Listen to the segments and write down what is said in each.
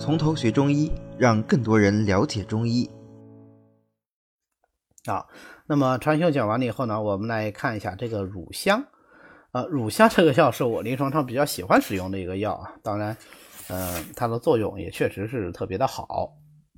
从头学中医，让更多人了解中医。 好，那么传胸讲完了以后呢，我们来看一下这个乳香。乳香这个药是我临床上比较喜欢使用的一个药啊，当然，它的作用也确实是特别的好。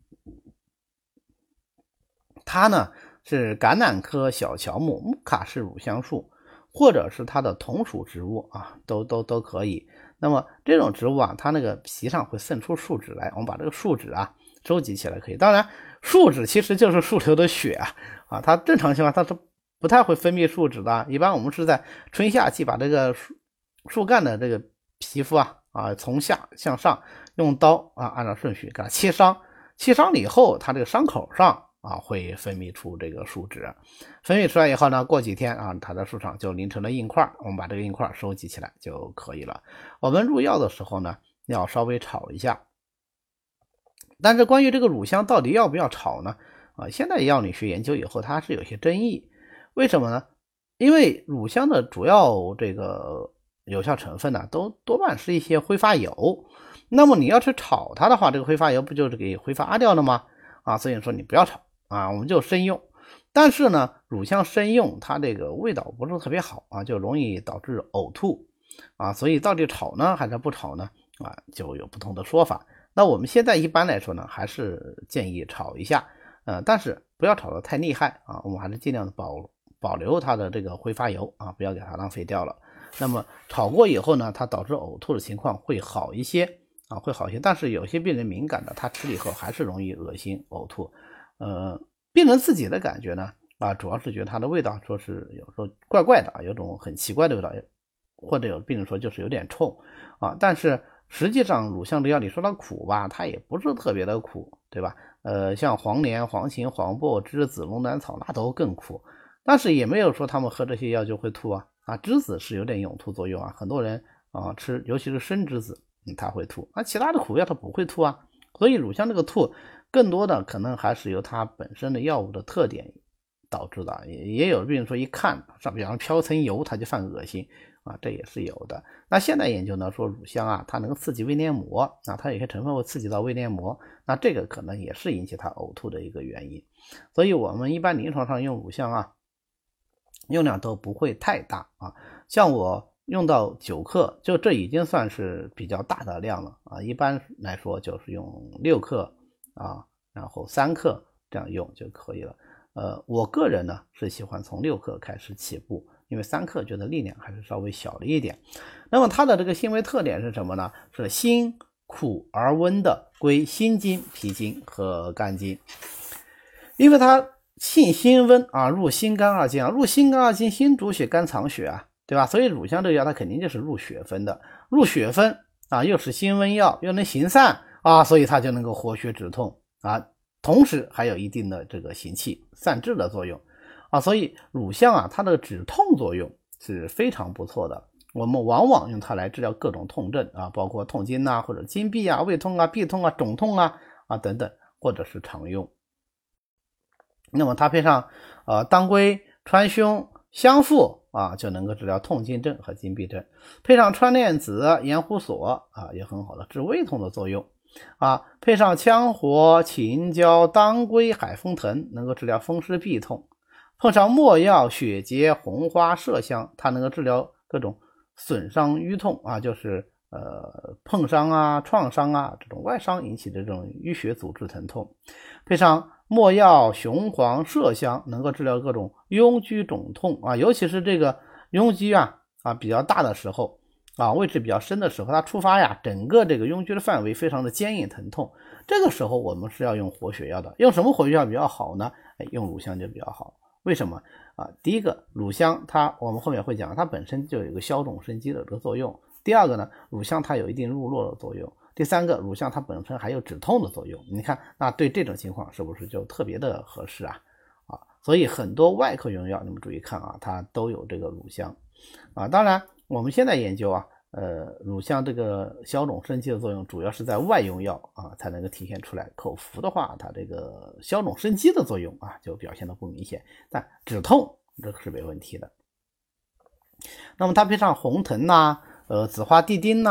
它呢是橄榄科小乔木木卡氏乳香树，或者是它的同属植物啊，都可以。那么这种植物啊，它那个皮上会渗出树脂来，我们把这个树脂啊收集起来可以。当然，树脂其实就是树瘤的血啊，它正常情况它是不太会分泌树脂的。一般我们是在春夏季把这个树干的这个皮肤从下向上用刀按照顺序给它切伤，切伤了以后，它这个伤口上会分泌出这个树脂，分泌出来以后呢，过几天它的树上就凝成了硬块，我们把这个硬块收集起来就可以了。我们入药的时候呢，要稍微炒一下。但是关于这个乳香到底要不要炒呢？现在药理学研究以后，它是有些争议。为什么呢？因为乳香的主要这个有效成分呢，都多半是一些挥发油。那么你要去炒它的话，这个挥发油不就是给挥发掉了吗？所以说你不要炒我们就生用。但是呢，乳香生用它这个味道不是特别好就容易导致呕吐所以到底炒呢还是不炒呢就有不同的说法。那我们现在一般来说呢，还是建议炒一下，但是不要炒得太厉害我们还是尽量保留它的这个挥发油不要给它浪费掉了。那么炒过以后呢，它导致呕吐的情况会好一些会好一些。但是有些病人敏感的，他吃了以后还是容易恶心呕吐。病人自己的感觉呢主要是觉得它的味道说是有时候怪怪的有种很奇怪的味道，或者有病人说就是有点冲但是实际上乳香的药你说它苦吧，它也不是特别的苦，对吧？像黄连、黄芩、黄柏、栀子、龙胆草那都更苦，但是也没有说他们喝这些药就会吐栀子是有点涌吐作用很多人吃尤其是生栀子它会吐其他的苦药它不会吐所以乳香这个吐更多的可能还是由它本身的药物的特点导致的，也有病人说一看上比方飘层油他就犯恶心这也是有的。那现在研究呢说乳香它能刺激胃黏膜它有些成分会刺激到胃黏膜，那这个可能也是引起它呕吐的一个原因。所以我们一般临床上用乳香用量都不会太大像我用到9克，就这已经算是比较大的量了一般来说就是用6克然后3克这样用就可以了。我个人呢是喜欢从6克开始起步，因为3克觉得力量还是稍微小了一点。那么它的这个性味特点是什么呢？是辛苦而温的，归心经、脾经和肝经。因为它性辛温入心肝二经入心肝二经，心主血，肝藏血对吧？所以乳香这个药它肯定就是入血分的，入血分又是辛温药，又能行散所以它就能够活血止痛同时还有一定的这个行气散滞的作用所以乳香它的止痛作用是非常不错的。我们往往用它来治疗各种痛症包括痛经或者经闭胃痛痹痛肿痛等等，或者是常用。那么它配上当归、川芎、香附就能够治疗痛经症和经闭症，配上川链子、盐胡索也很好的治胃痛的作用配上羌活、秦椒、当归、海风藤，能够治疗风湿痹痛。碰上没药、血竭、红花、麝香，它能够治疗各种损伤瘀痛就是碰伤创伤这种外伤引起的这种淤血阻滞疼痛。配上没药、雄黄、麝香，能够治疗各种痈疽肿痛尤其是这个痈疽比较大的时候位置比较深的时候，它触发整个这个痈疽的范围非常的坚硬疼痛，这个时候我们是要用活血药的。用什么活血药比较好呢？用乳香就比较好。为什么第一个，乳香我们后面会讲，它本身就有一个消肿生肌的这个作用。第二个呢，乳香它有一定入络的作用。第三个，乳香它本身还有止痛的作用。你看，那对这种情况是不是就特别的合适所以很多外科用药你们注意看它都有这个乳香当然我们现在研究乳香这个消肿生肌的作用主要是在外用药才能够体现出来。口服的话，它这个消肿生肌的作用就表现得不明显，但止痛这个是没问题的。那么它配上红藤紫花地丁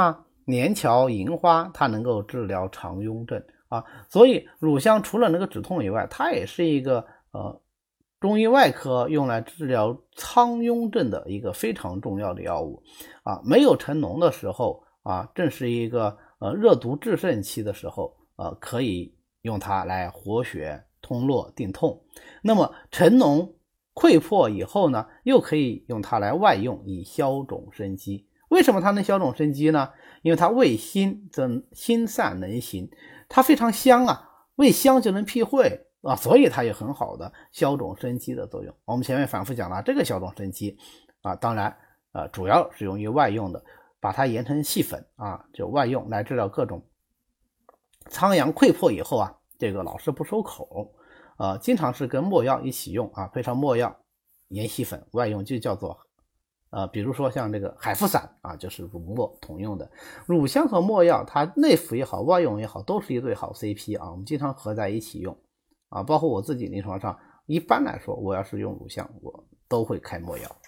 连翘银花它能够治疗肠痈症啊，所以乳香除了能够止痛以外，它也是一个中医外科用来治疗苍痈症的一个非常重要的药物啊。没有成脓的时候啊，正是一个热毒至盛期的时候，可以用它来活血通络定痛。那么成脓溃破以后呢，又可以用它来外用，以消肿生肌。为什么它能消肿生肌呢？因为它味辛则辛散能行，它非常香啊，味香就能辟秽啊，所以它有很好的消肿生肌的作用。我们前面反复讲了这个消肿生肌啊，当然主要是用于外用的，把它研成细粉啊，就外用来治疗各种苍阳溃破以后啊，这个老是不收口经常是跟没药一起用啊，配上没药研细粉，外用就叫做比如说像这个海附散啊，就是乳没同用的。乳香和没药它内服也好，外用也好，都是一对好 CP 啊，我们经常合在一起用啊，包括我自己临床上一般来说，我要是用乳香，我都会开没药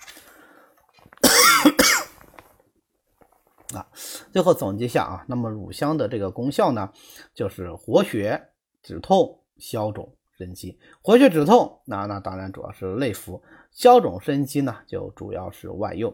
最后总结一下啊，那么乳香的这个功效呢，就是活血止痛消肿生肌。活血止痛那当然主要是内服，消肿生肌呢就主要是外用。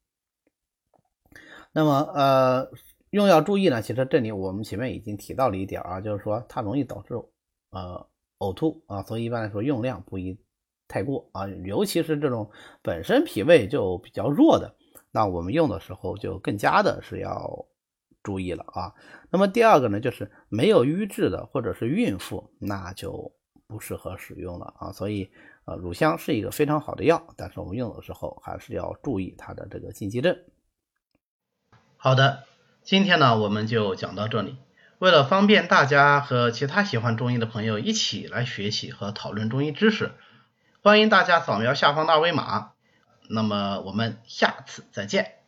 那么用药注意呢，其实这里我们前面已经提到了一点啊，就是说它容易导致呕吐啊，所以一般来说用量不宜太过啊，尤其是这种本身脾胃就比较弱的，那我们用的时候就更加的是要注意了啊。那么第二个呢，就是没有瘀滞的或者是孕妇，那就不适合使用了啊。所以乳香是一个非常好的药，但是我们用的时候还是要注意它的这个禁忌症。 好的，今天呢我们就讲到这里。为了方便大家和其他喜欢中医的朋友一起来学习和讨论中医知识，欢迎大家扫描下方的二维码。那么我们下次再见。